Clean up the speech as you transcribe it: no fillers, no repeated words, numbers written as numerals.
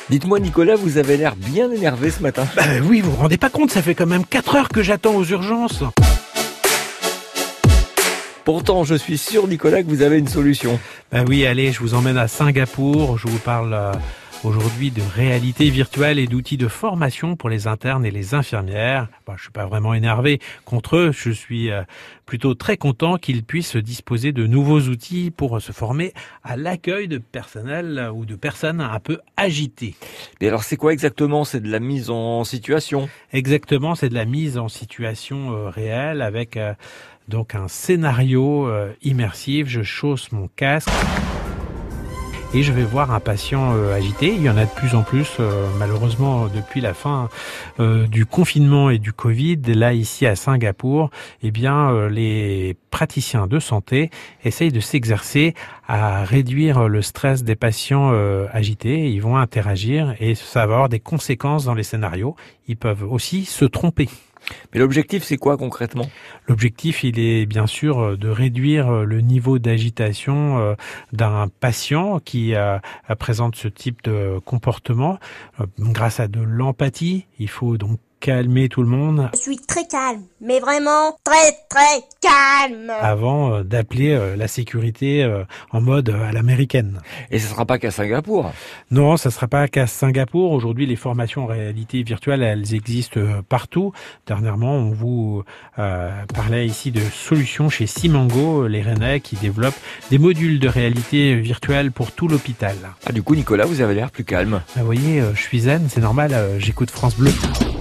Dites-moi Nicolas, vous avez l'air bien énervé ce matin. Oui, vous vous rendez pas compte, ça fait quand même 4 heures que j'attends aux urgences. Pourtant, je suis sûr Nicolas que vous avez une solution. Oui, allez, je vous emmène à Singapour. Je vous parle aujourd'hui de réalité virtuelle et d'outils de formation pour les internes et les infirmières. Je suis pas vraiment énervé contre eux. Je suis plutôt très content qu'ils puissent disposer de nouveaux outils pour se former à l'accueil de personnel ou de personnes un peu agitées. Mais alors c'est quoi exactement? C'est de la mise en situation? Exactement, c'est de la mise en situation réelle avec donc un scénario immersif. Je chausse mon casque et je vais voir un patient agité. Il y en a de plus en plus, malheureusement, depuis la fin du confinement et du Covid. Là, ici à Singapour, les praticiens de santé essayent de s'exercer à réduire le stress des patients agités. Ils vont interagir et ça va avoir des conséquences dans les scénarios. Ils peuvent aussi se tromper. Mais l'objectif, c'est quoi concrètement? L'objectif, il est bien sûr de réduire le niveau d'agitation d'un patient qui présente ce type de comportement. Grâce à de l'empathie, il faut donc calmer tout le monde. Je suis très calme, mais vraiment très très calme. Avant d'appeler la sécurité en mode à l'américaine. Et ce sera pas qu'à Singapour? Non, ça sera pas qu'à Singapour. Aujourd'hui, les formations en réalité virtuelle, elles existent partout. Dernièrement, on vous parlait ici de solutions chez Simango, les Rennais, qui développent des modules de réalité virtuelle pour tout l'hôpital. Du coup, Nicolas, vous avez l'air plus calme. Vous voyez, je suis zen, c'est normal, j'écoute France Bleu.